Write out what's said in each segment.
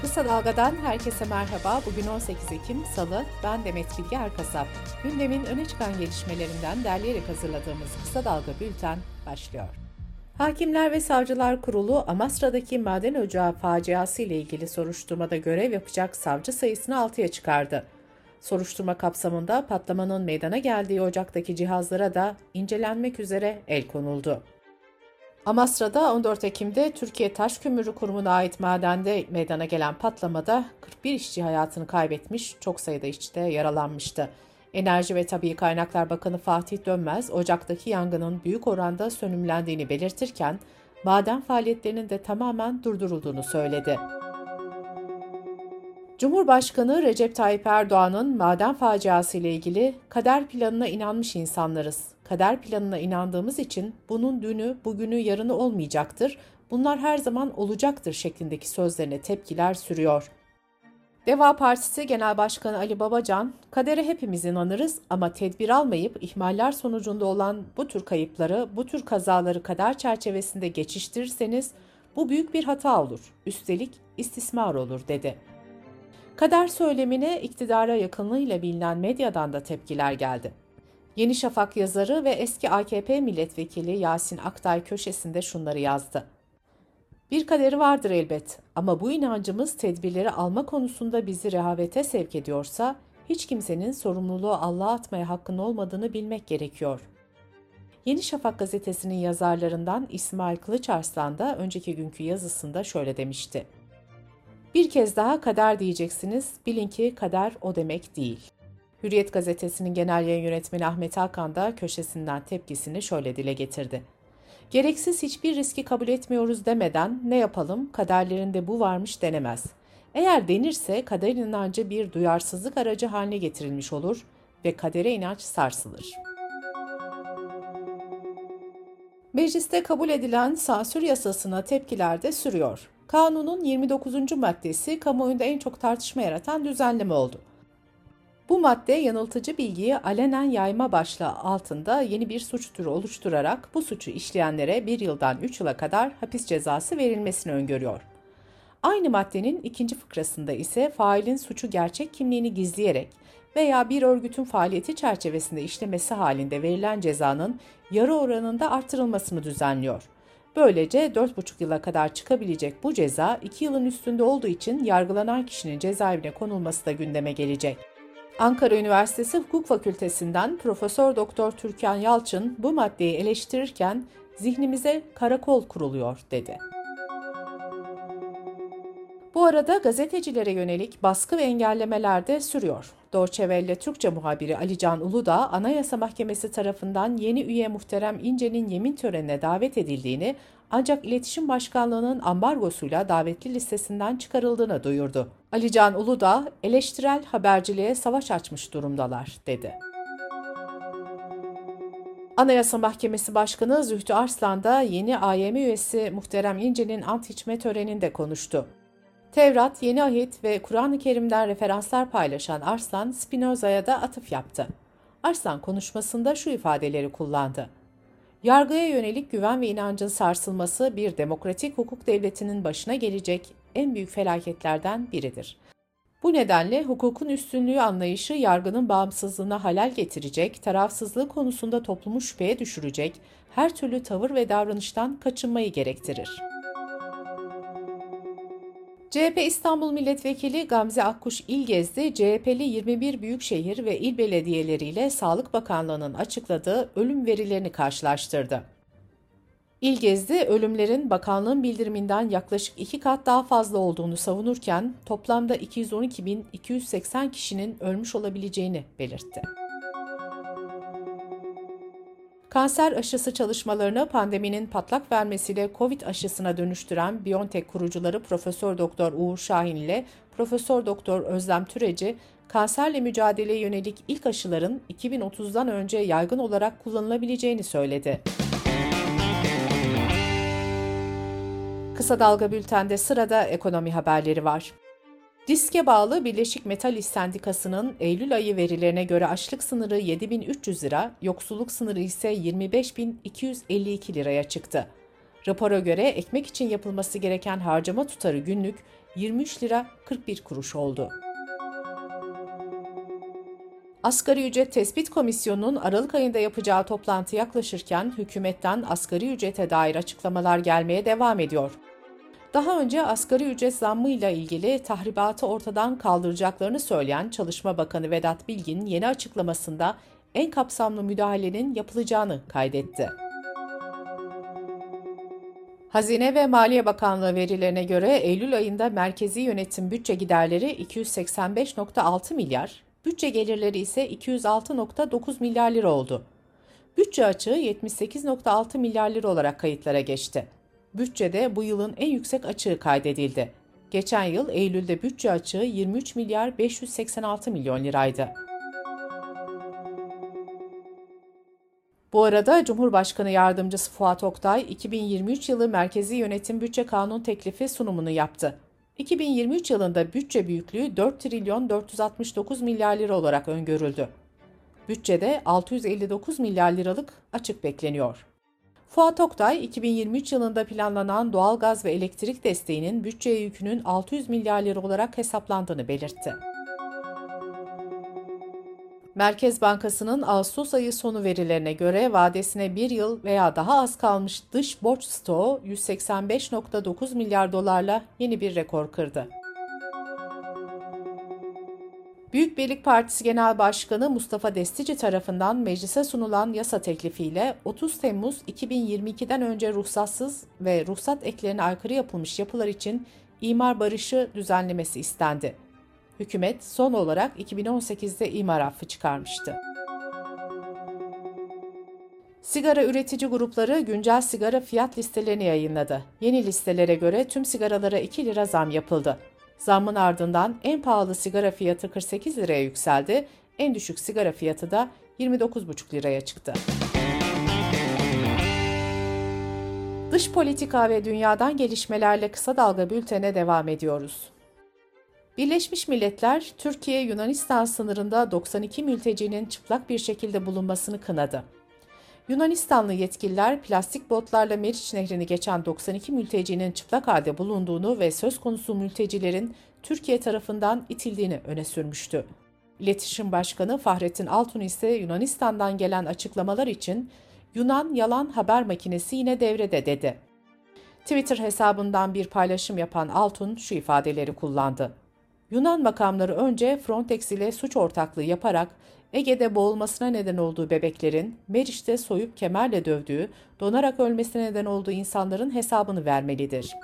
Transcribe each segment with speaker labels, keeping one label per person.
Speaker 1: Kısa Dalga'dan herkese merhaba. Bugün 18 Ekim Salı. Ben Demet Bilge Erkasap. Gündemin öne çıkan gelişmelerinden derleyerek hazırladığımız Kısa Dalga bülten başlıyor. Hakimler ve Savcılar Kurulu, Amasra'daki maden ocağı faciası ile ilgili soruşturmada görev yapacak savcı sayısını 6'ya çıkardı. Soruşturma kapsamında patlamanın meydana geldiği ocaktaki cihazlara da incelenmek üzere el konuldu. Amasra'da 14 Ekim'de Türkiye Taş Kömürü Kurumu'na ait madende meydana gelen patlamada 41 işçi hayatını kaybetmiş, çok sayıda işçi de yaralanmıştı. Enerji ve Tabii Kaynaklar Bakanı Fatih Dönmez, ocaktaki yangının büyük oranda sönümlendiğini belirtirken, maden faaliyetlerinin de tamamen durdurulduğunu söyledi. Cumhurbaşkanı Recep Tayyip Erdoğan'ın maden faciası ile ilgili kader planına inanmış insanlarız. Kader planına inandığımız için bunun dünü, bugünü, yarını olmayacaktır. Bunlar her zaman olacaktır şeklindeki sözlerine tepkiler sürüyor. Deva Partisi Genel Başkanı Ali Babacan, kadere hepimiz inanırız ama tedbir almayıp ihmaller sonucunda olan bu tür kayıpları, bu tür kazaları kader çerçevesinde geçiştirirseniz bu büyük bir hata olur. Üstelik istismar olur dedi. Kader söylemine iktidara yakınlığıyla bilinen medyadan da tepkiler geldi. Yeni Şafak yazarı ve eski AKP milletvekili Yasin Aktay köşesinde şunları yazdı. Bir kaderi vardır elbet ama bu inancımız tedbirleri alma konusunda bizi rehavete sevk ediyorsa hiç kimsenin sorumluluğu Allah'a atmaya hakkının olmadığını bilmek gerekiyor. Yeni Şafak gazetesinin yazarlarından İsmail Kılıçarslan da önceki günkü yazısında şöyle demişti. Bir kez daha kader diyeceksiniz, bilin ki kader o demek değil. Hürriyet gazetesinin genel yayın yönetmeni Ahmet Hakan da köşesinden tepkisini şöyle dile getirdi. Gereksiz hiçbir riski kabul etmiyoruz demeden ne yapalım, kaderlerinde bu varmış denemez. Eğer denirse kader inancı bir duyarsızlık aracı haline getirilmiş olur ve kadere inanç sarsılır. Mecliste kabul edilen sansür yasasına tepkiler de sürüyor. Kanunun 29. maddesi kamuoyunda en çok tartışma yaratan düzenleme oldu. Bu madde yanıltıcı bilgiyi alenen yayma başlığı altında yeni bir suç türü oluşturarak bu suçu işleyenlere 1 yıldan 3 yıla kadar hapis cezası verilmesini öngörüyor. Aynı maddenin ikinci fıkrasında ise failin suçu gerçek kimliğini gizleyerek veya bir örgütün faaliyeti çerçevesinde işlemesi halinde verilen cezanın yarı oranında artırılmasını düzenliyor. Böylece 4,5 yıla kadar çıkabilecek bu ceza 2 yılın üstünde olduğu için yargılanan kişinin cezaevine konulması da gündeme gelecek. Ankara Üniversitesi Hukuk Fakültesinden Profesör Doktor Türkan Yalçın bu maddeyi eleştirirken zihnimize karakol kuruluyor dedi. Bu arada gazetecilere yönelik baskı ve engellemeler de sürüyor. Deutsche Welle Türkçe muhabiri Alican Uludağ, Anayasa Mahkemesi tarafından yeni üye Muhterem İnce'nin yemin törenine davet edildiğini ancak İletişim Başkanlığı'nın ambargosuyla davetli listesinden çıkarıldığını duyurdu. Alican Uludağ, eleştirel haberciliğe savaş açmış durumdalar, dedi. Anayasa Mahkemesi Başkanı Zühtü Arslan da yeni AYM üyesi Muhterem İnce'nin ant içme töreninde konuştu. Tevrat, Yeni Ahit ve Kur'an-ı Kerim'den referanslar paylaşan Arslan, Spinoza'ya da atıf yaptı. Arslan konuşmasında şu ifadeleri kullandı. Yargıya yönelik güven ve inancın sarsılması bir demokratik hukuk devletinin başına gelecek en büyük felaketlerden biridir. Bu nedenle hukukun üstünlüğü anlayışı yargının bağımsızlığına halel getirecek, tarafsızlığı konusunda toplumu şüpheye düşürecek, her türlü tavır ve davranıştan kaçınmayı gerektirir. CHP İstanbul Milletvekili Gamze Akkuş İlgezdi, CHP'li 21 büyükşehir ve il belediyeleriyle Sağlık Bakanlığı'nın açıkladığı ölüm verilerini karşılaştırdı. İlgezdi, ölümlerin bakanlığın bildiriminden yaklaşık 2 kat daha fazla olduğunu savunurken toplamda 212.280 kişinin ölmüş olabileceğini belirtti. Kanser aşısı çalışmalarını pandeminin patlak vermesiyle Covid aşısına dönüştüren BioNTech kurucuları Profesör Doktor Uğur Şahin ile Profesör Doktor Özlem Türeci, kanserle mücadeleye yönelik ilk aşıların 2030'dan önce yaygın olarak kullanılabileceğini söyledi. Kısa Dalga Bülten'de sırada ekonomi haberleri var. Diske bağlı Birleşik Metal İş Sendikası'nın Eylül ayı verilerine göre açlık sınırı 7.300 lira, yoksulluk sınırı ise 25.252 liraya çıktı. Rapora göre ekmek için yapılması gereken harcama tutarı günlük 23 lira 41 kuruş oldu. Asgari Ücret Tespit Komisyonu'nun Aralık ayında yapacağı toplantı yaklaşırken hükümetten asgari ücrete dair açıklamalar gelmeye devam ediyor. Daha önce asgari ücret zammıyla ilgili tahribatı ortadan kaldıracaklarını söyleyen Çalışma Bakanı Vedat Bilgin yeni açıklamasında en kapsamlı müdahalenin yapılacağını kaydetti. Hazine ve Maliye Bakanlığı verilerine göre Eylül ayında merkezi yönetim bütçe giderleri 285,6 milyar, bütçe gelirleri ise 206,9 milyar lira oldu. Bütçe açığı 78,6 milyar lira olarak kayıtlara geçti. Bütçede bu yılın en yüksek açığı kaydedildi. Geçen yıl Eylül'de bütçe açığı 23 milyar 586 milyon liraydı. Bu arada Cumhurbaşkanı Yardımcısı Fuat Oktay, 2023 yılı Merkezi Yönetim Bütçe Kanun teklifi sunumunu yaptı. 2023 yılında bütçe büyüklüğü 4 trilyon 469 milyar lira olarak öngörüldü. Bütçede 659 milyar liralık açık bekleniyor. Fuat Oktay, 2023 yılında planlanan doğalgaz ve elektrik desteğinin bütçeye yükünün 600 milyar lira olarak hesaplandığını belirtti. Merkez Bankası'nın Ağustos ayı sonu verilerine göre vadesine bir yıl veya daha az kalmış dış borç stoğu 185,9 milyar dolarla yeni bir rekor kırdı. Büyük Birlik Partisi Genel Başkanı Mustafa Destici tarafından meclise sunulan yasa teklifiyle 30 Temmuz 2022'den önce ruhsatsız ve ruhsat eklerine aykırı yapılmış yapılar için imar barışı düzenlemesi istendi. Hükümet son olarak 2018'de imar affı çıkarmıştı. Sigara üretici grupları güncel sigara fiyat listelerini yayınladı. Yeni listelere göre tüm sigaralara 2 lira zam yapıldı. Zammın ardından en pahalı sigara fiyatı 48 liraya yükseldi, en düşük sigara fiyatı da 29,5 liraya çıktı. Dış politika ve dünyadan gelişmelerle kısa dalga bültene devam ediyoruz. Birleşmiş Milletler, Türkiye-Yunanistan sınırında 92 mültecinin çıplak bir şekilde bulunmasını kınadı. Yunanistanlı yetkililer plastik botlarla Meriç Nehri'ni geçen 92 mültecinin çıplak halde bulunduğunu ve söz konusu mültecilerin Türkiye tarafından itildiğini öne sürmüştü. İletişim Başkanı Fahrettin Altun ise Yunanistan'dan gelen açıklamalar için Yunan yalan haber makinesi yine devrede dedi. Twitter hesabından bir paylaşım yapan Altun şu ifadeleri kullandı. Yunan makamları önce Frontex ile suç ortaklığı yaparak Ege'de boğulmasına neden olduğu bebeklerin, Meriç'te soyup kemerle dövdüğü, donarak ölmesine neden olduğu insanların hesabını vermelidir.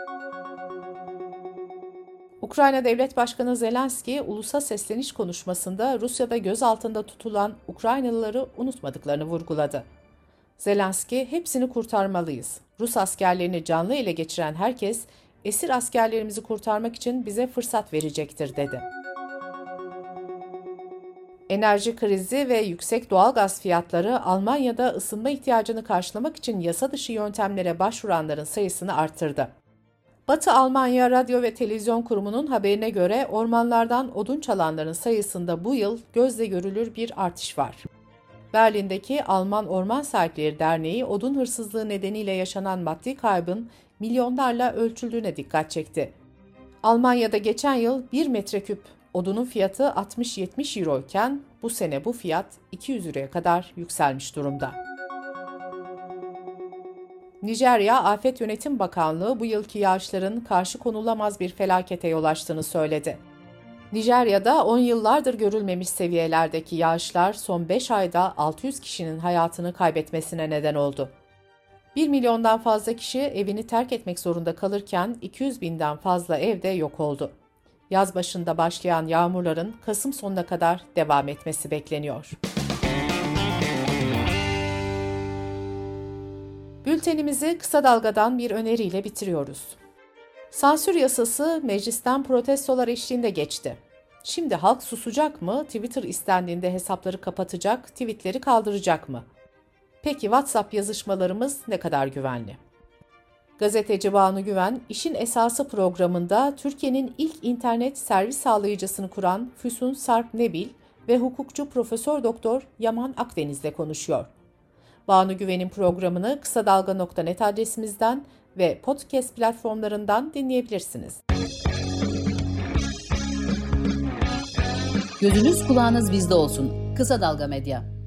Speaker 1: Ukrayna Devlet Başkanı Zelenski, ulusa sesleniş konuşmasında Rusya'da gözaltında tutulan Ukraynalıları unutmadıklarını vurguladı. Zelenski, hepsini kurtarmalıyız. Rus askerlerini canlı ele geçiren herkes, esir askerlerimizi kurtarmak için bize fırsat verecektir, dedi. Enerji krizi ve yüksek doğalgaz fiyatları Almanya'da ısınma ihtiyacını karşılamak için yasa dışı yöntemlere başvuranların sayısını arttırdı. Batı Almanya Radyo ve Televizyon Kurumu'nun haberine göre ormanlardan odun çalanların sayısında bu yıl gözle görülür bir artış var. Berlin'deki Alman Orman Sahipleri Derneği odun hırsızlığı nedeniyle yaşanan maddi kaybın milyonlarla ölçüldüğüne dikkat çekti. Almanya'da geçen yıl 1 metreküp odunun fiyatı 60-70 euro iken bu sene bu fiyat 200 euroya kadar yükselmiş durumda. Nijerya Afet Yönetim Bakanlığı bu yılki yağışların karşı konulamaz bir felakete yol açtığını söyledi. Nijerya'da 10 yıllardır görülmemiş seviyelerdeki yağışlar son 5 ayda 600 kişinin hayatını kaybetmesine neden oldu. 1 milyondan fazla kişi evini terk etmek zorunda kalırken 200 binden fazla ev de yok oldu. Yaz başında başlayan yağmurların Kasım sonuna kadar devam etmesi bekleniyor. Bültenimizi kısa dalgadan bir öneriyle bitiriyoruz. Sansür yasası meclisten protestolar eşliğinde geçti. Şimdi halk susacak mı, Twitter istendiğinde hesapları kapatacak, tweetleri kaldıracak mı? Peki WhatsApp yazışmalarımız ne kadar güvenli? Gazeteci Banu Güven, İşin Esası programında Türkiye'nin ilk internet servis sağlayıcısını kuran Füsun Sarp Nebil ve hukukçu Profesör Doktor Yaman Akdeniz'le konuşuyor. Banu Güven'in programını Kısa Dalga.net adresimizden ve podcast platformlarından dinleyebilirsiniz.
Speaker 2: Gözünüz kulağınız bizde olsun. Kısa Dalga Medya.